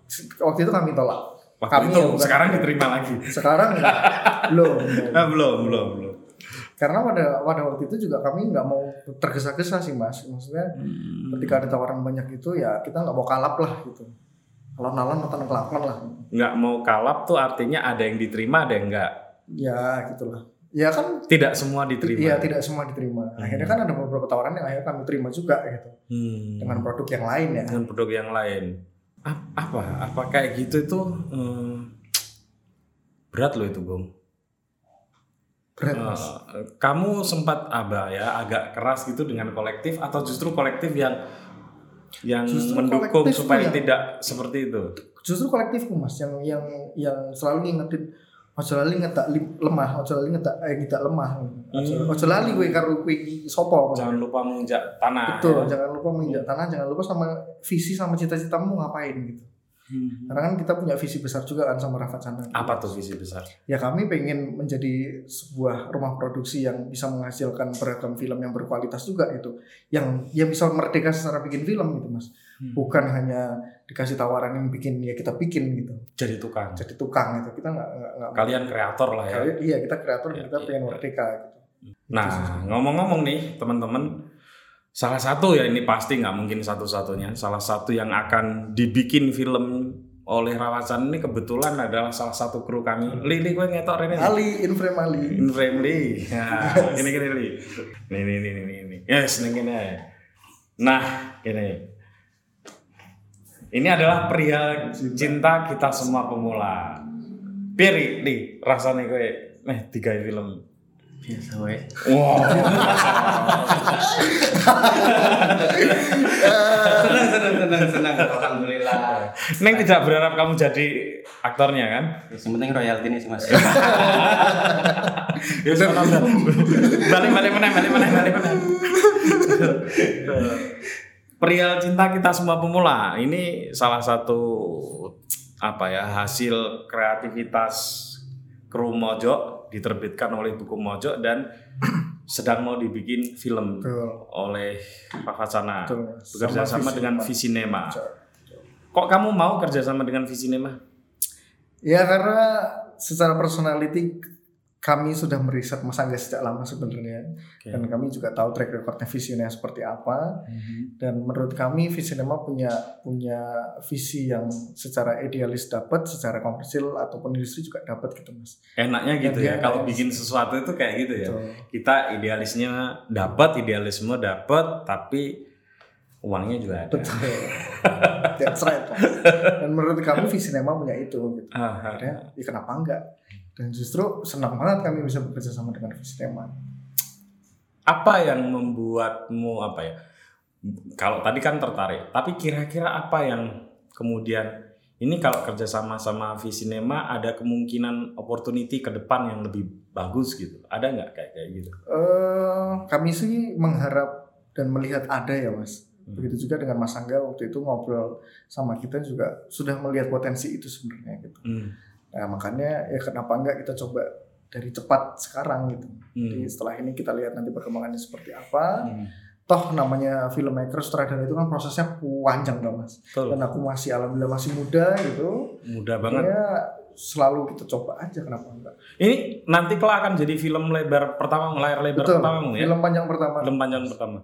Waktu itu kami tolak. Waktu itu sekarang diterima lagi. Sekarang belum. belum. Karena pada waktu itu juga kami nggak mau tergesa-gesa sih Mas. Maksudnya ketika ada tawaran banyak itu ya kita nggak mau kalap lah gitu. Alon-alon atau kelakon lah. Nggak mau kalap tuh artinya ada yang diterima ada yang enggak. Ya gitulah. Ya kan tidak semua diterima. Iya tidak semua diterima. Akhirnya kan ada beberapa tawaran yang akhirnya kami terima juga gitu. Dengan produk yang lain ya. Dengan produk yang lain. Apa kayak gitu itu berat loh itu Bung. Berat Mas. Kamu sempat agak keras gitu dengan kolektif atau justru kolektif yang justru mendukung supaya tidak seperti itu? Justru kolektifku Mas yang selalu ngingetin ojo lali ngetak lemah, ojo lali ngetak tidak lemah. Ojo lali kowe karo kowe sapa. Jangan lupa menginjak tanah. Betul, ya? Jangan lupa menginjak tanah, jangan lupa sama visi sama cita-citamu ngapain gitu. Karena kan kita punya visi besar juga kan sama Rafat Sana. Apa tuh visi besar? Ya kami pengen menjadi sebuah rumah produksi yang bisa menghasilkan beragam film yang berkualitas juga gitu. Yang bisa merdeka secara bikin film gitu Mas. Bukan hanya dikasih tawaran yang bikin ya kita bikin gitu. Jadi tukang gitu. Kita nggak. Kalian kreator lah ya. Iya kita kreator dan kita pengen merdeka gitu. Nah ngomong-ngomong nih teman-teman, salah satu ya ini pasti nggak mungkin satu-satunya. Salah satu yang akan dibikin film oleh Rawasan ini kebetulan adalah salah satu kru kami. Li gue ngetok Rene. Ali, Inframe Ali. Nah, ini Li. Ini. Yes, ini. Nah, ini. Ini adalah pria cinta kita semua pemula. Piri, Li, rasanya gue 3 film. Biasa wae. Wow. Senang. Alhamdulillah. Neng tidak berharap kamu jadi aktornya kan? Yang penting royalti nih sih Mas. Balik mana. Pria cinta kita semua pemula. Ini salah satu hasil kreativitas kru Mojok, diterbitkan oleh buku Mojok dan sedang mau dibikin film oleh Rafat Sana. Bekerja sama dengan Visinema. Kok kamu mau kerjasama dengan Visinema? Ya karena secara personality kami sudah meriset Mas Angga sejak lama sebenarnya. Dan kami juga tahu track recordnya Visinema seperti apa. Dan menurut kami Visinema punya visi yang secara idealis dapat, secara komersil ataupun industri juga dapat gitu Mas. Enaknya gitu ya, kalau bikin sesuatu itu kayak gitu ya. Kita idealisnya dapat, idealisme dapat, tapi uangnya juga ada. Betul. That's right. Dan menurut kami Visinema punya itu gitu. Akhirnya ya kenapa enggak? Dan justru senang banget kami bisa bekerja sama dengan Visinema. Apa yang membuatmu kalau tadi kan tertarik, tapi kira-kira apa yang kemudian ini kalau kerja sama Visinema ada kemungkinan opportunity ke depan yang lebih bagus gitu? Ada nggak kayak gitu? Kami sih mengharap dan melihat ada ya Mas. Begitu juga dengan Mas Angga waktu itu ngobrol sama kita juga sudah melihat potensi itu sebenarnya gitu. Nah makanya ya kenapa enggak kita coba dari cepat sekarang gitu. Jadi setelah ini kita lihat nanti perkembangannya seperti apa. Toh namanya filmmaker, sutradara itu kan prosesnya panjang dong Mas. Betul. Dan aku alhamdulillah masih muda gitu. Muda banget. Ya selalu kita coba aja kenapa enggak. Ini nanti kelak akan jadi film layar lebar pertamamu ya? Film panjang pertama.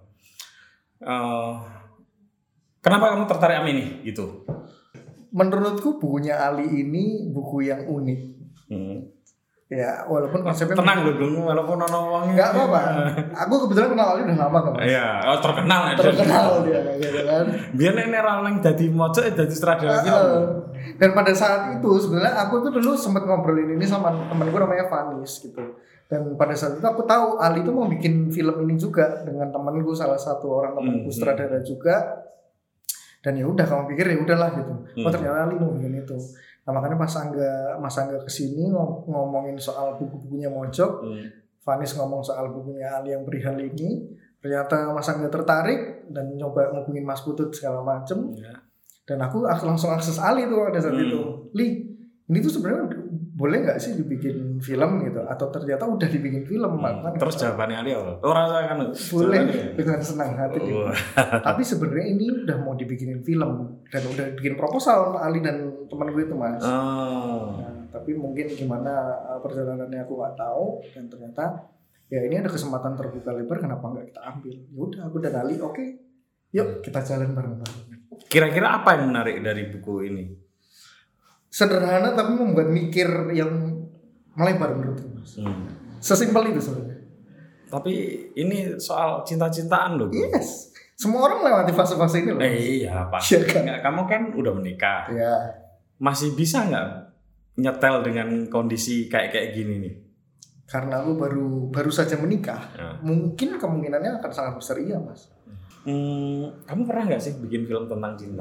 Kenapa kamu tertarik sama ini gitu? Menurutku bukunya Ali ini buku yang unik. Ya walaupun konsepnya tenang loh, walaupun ono wongnya. Enggak apa-apa. Aku kebetulan kenal Ali udah lama kan. Iya, terkenal dia gitu kan. Biar nek ora nang dadi Mojok dadi sutradara film. Dan pada saat itu sebenarnya aku tuh dulu sempat ngobrolin ini sama temanku namanya Vanis gitu. Dan pada saat itu aku tahu Ali itu mau bikin film ini juga dengan temanku, salah satu orang temanku sutradara juga. Dan ya udah kamu pikir ya udahlah gitu. Oh ternyata Ali mau bikin itu. Nah makanya Mas Angga kesini ngomongin soal buku-bukunya Mojok, Vanis ngomong soal bukunya Ali yang perihal ini. Ternyata Mas Angga tertarik dan nyoba ngubungin Mas Putut segala macem. Dan aku langsung akses Ali tuh pada saat itu. Li, ini tuh sebenarnya boleh nggak sih dibikin film gitu, atau ternyata udah dibikin film kan? Terus jawabannya Ali rasakan boleh dengan senang hati. Tapi sebenarnya ini udah mau dibikinin film dan udah bikin proposal sama Ali dan teman gue itu Mas. Nah, tapi mungkin gimana perjalanannya aku nggak tahu, dan ternyata ya ini ada kesempatan terbuka lebar, kenapa nggak kita ambil? Ya udah aku dan Ali oke, yuk kita jalan bareng-bareng. Kira-kira apa yang menarik dari buku ini? Sederhana tapi membuat mikir yang melebar menurutku Mas. Sesimpel itu sebenarnya. Tapi ini soal cinta-cintaan loh. Yes. Semua orang melewati fase-fase ini loh. Iya, Pak. Iya kan? Kamu kan udah menikah. Iya. Masih bisa nggak nyetel dengan kondisi kayak gini nih? Karena aku baru saja menikah. Mungkin kemungkinannya akan sangat besar iya, Mas. Kamu pernah nggak sih bikin film tentang cinta?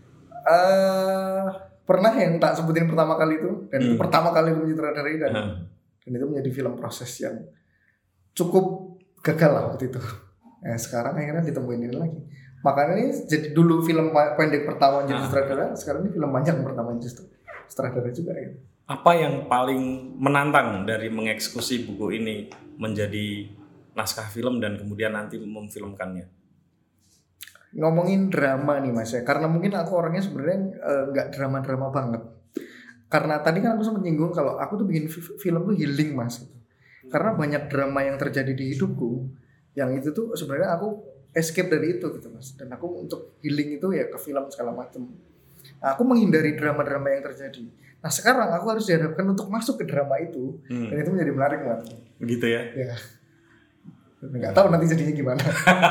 Pernah yang tak sebutin pertama kali itu, dan itu pertama kali aku menyutradarai, dan itu menjadi film proses yang cukup gagal lah waktu itu. Sekarang akhirnya ditemuin ini lagi. Makanya ini jadi dulu film pendek pertama jadi sutradara, sekarang ini film panjang pertama jadi sutradara juga gitu. Apa yang paling menantang dari mengeksekusi buku ini menjadi naskah film dan kemudian nanti memfilmkannya? Ngomongin drama nih Mas ya, karena mungkin aku orangnya sebenarnya nggak drama-drama banget. Karena tadi kan aku sempat nyinggung kalau aku tuh bikin film tuh healing Mas. Karena banyak drama yang terjadi di hidupku, yang itu tuh sebenarnya aku escape dari itu gitu Mas. Dan aku untuk healing itu ya ke film segala macam. Nah, aku menghindari drama-drama yang terjadi. Nah sekarang aku harus dihadapkan untuk masuk ke drama itu, dan itu menjadi menarik banget. Gitu ya? Ya. Nggak tahu nanti jadinya gimana.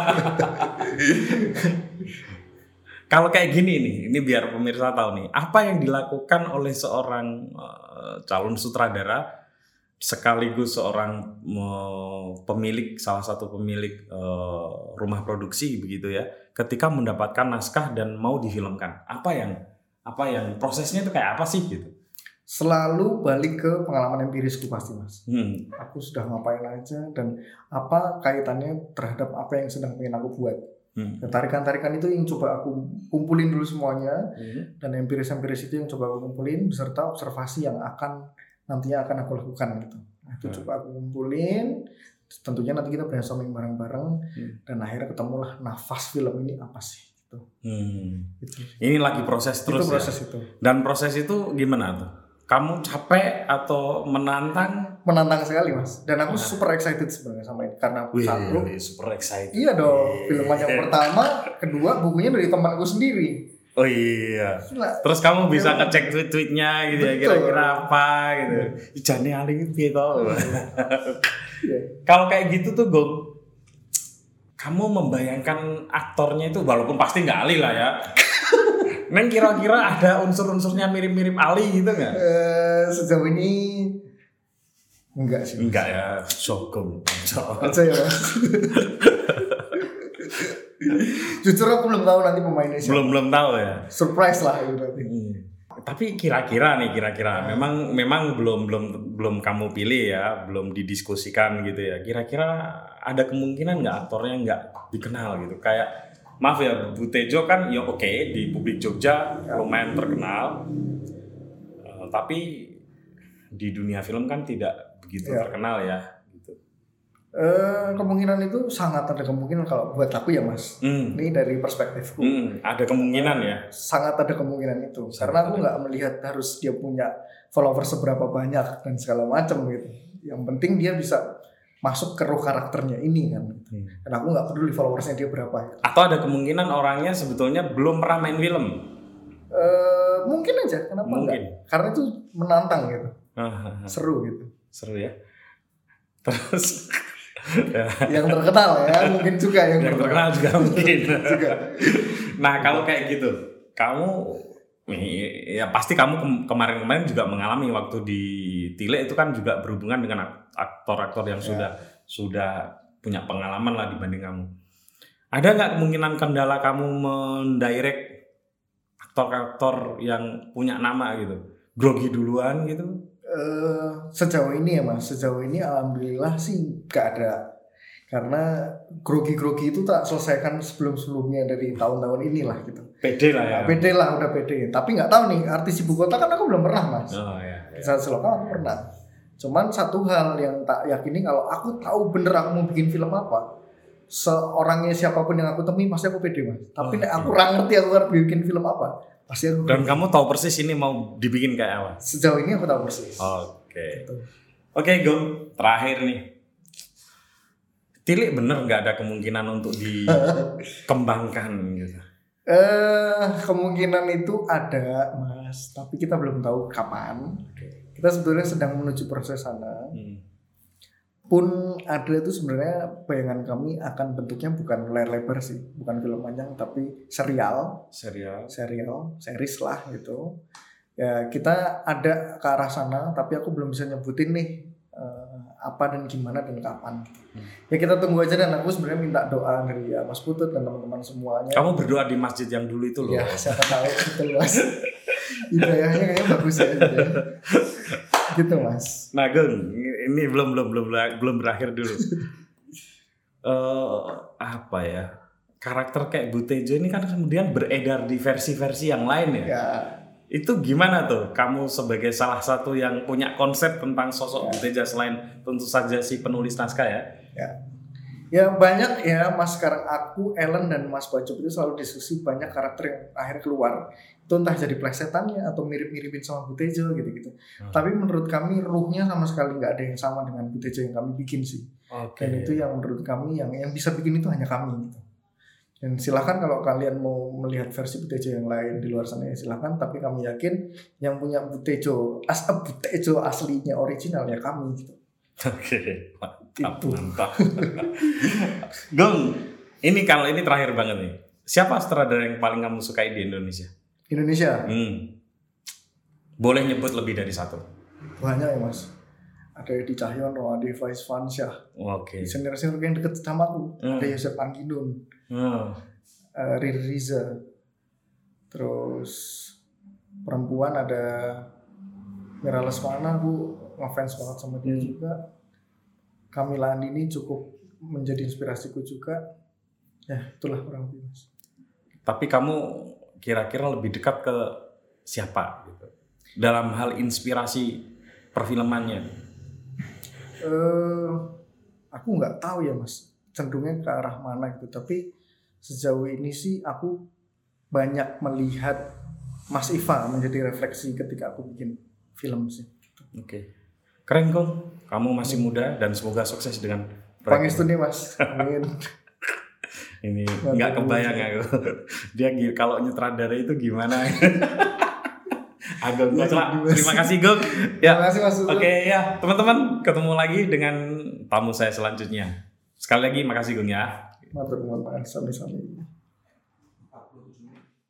Kalau kayak gini nih, ini biar pemirsa tahu nih, apa yang dilakukan oleh seorang calon sutradara sekaligus seorang pemilik, salah satu pemilik rumah produksi begitu ya, ketika mendapatkan naskah dan mau difilmkan, apa yang prosesnya itu kayak apa sih gitu? Selalu balik ke pengalaman empirisku pasti Mas. Aku sudah ngapain aja dan apa kaitannya terhadap apa yang sedang pengen aku buat. Dan tarikan-tarikan itu yang coba aku kumpulin dulu semuanya, dan empiris-empiris itu yang coba aku kumpulin beserta observasi yang nantinya akan aku lakukan gitu. Nah, itu coba aku kumpulin. Tentunya nanti kita brainstorming bareng-bareng, dan akhirnya ketemulah nafas film ini apa sih gitu. Gitu. Ini lagi proses terus. Itu proses ya? itu. Dan proses itu gimana tuh? Kamu capek atau menantang? Menantang sekali Mas. Dan aku super excited sebenarnya sama ini karena satu, super excited. Iya dong, film yang pertama, kedua bukunya dari temanku sendiri. Oh iya. Gila. Terus kamu bisa ngecek tweet-tweetnya gitu ya, kira-kira apa gitu. Jane Ali gitu. Kalau kayak gitu tuh Gong, kamu membayangkan aktornya itu walaupun pasti nggak Ali lah ya. Neng kira-kira ada unsur-unsurnya mirip-mirip Ali gitu nggak? Sejauh ini enggak sih. Enggak ya, sogong. Aja ya Mas. Jujur aku belum tahu nanti pemainnya siapa. Belum tahu ya. Surprise lah itu nanti. Tapi kira-kira memang belum kamu pilih ya, belum didiskusikan gitu ya. Kira-kira ada kemungkinan nggak aktornya nggak dikenal gitu? Kayak maaf ya, Bu Tejo kan ya oke, di publik Jogja lumayan terkenal, tapi di dunia film kan tidak begitu terkenal ya. Gitu. Kemungkinan itu sangat ada kemungkinan kalau buat aku ya Mas. Ini dari perspektifku. Ada kemungkinan ya. Sangat ada kemungkinan itu. Karena aku nggak melihat harus dia punya follower seberapa banyak dan segala macam gitu. Yang penting dia bisa masuk ke roh karakternya ini kan. Dan aku nggak peduli followersnya dia berapa gitu. Atau ada kemungkinan orangnya sebetulnya belum pernah main film. Mungkin aja, kenapa enggak? Karena itu menantang gitu. Seru gitu. Seru ya. Terus yang terkenal ya mungkin juga yang terkenal juga mungkin. juga. Nah, kalau kayak gitu, kamu ya pasti kamu kemarin juga mengalami waktu di Tile itu kan juga berhubungan dengan aktor-aktor yang sudah punya pengalaman lah dibanding kamu. Ada nggak kemungkinan kendala kamu mendirect aktor-aktor yang punya nama gitu, grogi duluan gitu? Sejauh ini ya Mas, alhamdulillah sih gak Karena grogi-grogi itu tak selesaikan sebelum-sebelumnya dari tahun-tahun inilah gitu. Pede lah ya. Pede lah, udah pede. Tapi nggak tahu nih artis ibu kota kan aku belum pernah mas. Oh ya. Kisah lokal aku pernah. Cuman satu hal yang tak yakini kalau aku tahu bener aku mau bikin film apa, seorangnya siapapun yang aku temui pasti aku pede mas. Tapi aku kurang ngerti aku harus bikin film apa, pasti aku. Dan kamu tahu persis ini mau dibikin kayak apa? Sejauh ini aku tahu persis. Oke. Gitu. Oke, Gong. Terakhir nih. Tilik bener nggak ada kemungkinan untuk dikembangkan gitu? Kemungkinan itu ada mas, tapi kita belum tahu kapan. Kita sebetulnya sedang menuju proses sana. Pun ada itu sebenarnya bayangan kami akan bentuknya bukan layar lebar sih, bukan film panjang tapi serial, series lah gitu. Ya kita ada ke arah sana, tapi aku belum bisa nyebutin nih apa dan gimana dan kapan. Ya kita tunggu aja, dan aku sebenarnya minta doa dari Mas Putut dan teman-teman semuanya. Kamu berdoa di masjid yang dulu itu loh. Ya siapa tahu gitu mas. Hidayahnya kayaknya bagus ya. Gitu mas. Nah Gong, ini belum berakhir dulu. Apa ya? Karakter kayak Butejo ini kan kemudian beredar di versi-versi yang lain ya. Itu gimana tuh? Kamu sebagai salah satu yang punya konsep tentang sosok Butejo selain tentu saja si penulis naskah ya. Ya banyak ya mas, sekarang aku, Ellen dan Mas Bacup itu selalu diskusi banyak karakter yang akhirnya keluar. Itu entah jadi plesetannya atau mirip-miripin sama Butejo gitu-gitu. Tapi menurut kami ruhnya sama sekali nggak ada yang sama dengan Butejo yang kami bikin sih. Dan itu yang menurut kami yang bisa bikin itu hanya kami gitu. Dan silakan kalau kalian mau melihat versi Butejo yang lain di luar sana ya silakan. Tapi kami yakin yang punya Butejo aslinya original ya kami gitu. Oke, mantap. Gong, ini terakhir banget nih. Siapa sutradara yang paling kamu sukai di Indonesia? Boleh nyebut lebih dari satu? Banyak ya mas. Ada Edi Cahyono, ada Faiz Fansyah. Senior-senior yang deket sama aku. Ada Yosef Angginun, Riri Riza. Terus perempuan ada Mira Lesmana, aku ngefans banget sama dia juga. Kamila Andini cukup menjadi inspirasiku juga. Ya itulah kurang lebih mas. Tapi kamu kira-kira lebih dekat ke siapa gitu dalam hal inspirasi perfilmannya? Aku nggak tahu ya mas, cenderungnya ke arah mana gitu. Tapi sejauh ini sih aku banyak melihat Mas Iva menjadi refleksi ketika aku bikin film sih. Oke. Keren Gong, kamu masih muda dan semoga sukses dengan Pangestu nih mas. Amin. Ini nggak kebayang aku. Dia kalau nyutradara itu gimana? Agak terima kasih Gong. Ya. Terima kasih Mas. Oke ya, teman-teman ketemu lagi dengan tamu saya selanjutnya. Sekali lagi makasih Gong ya. Matur nuwun Mas, sami-sami.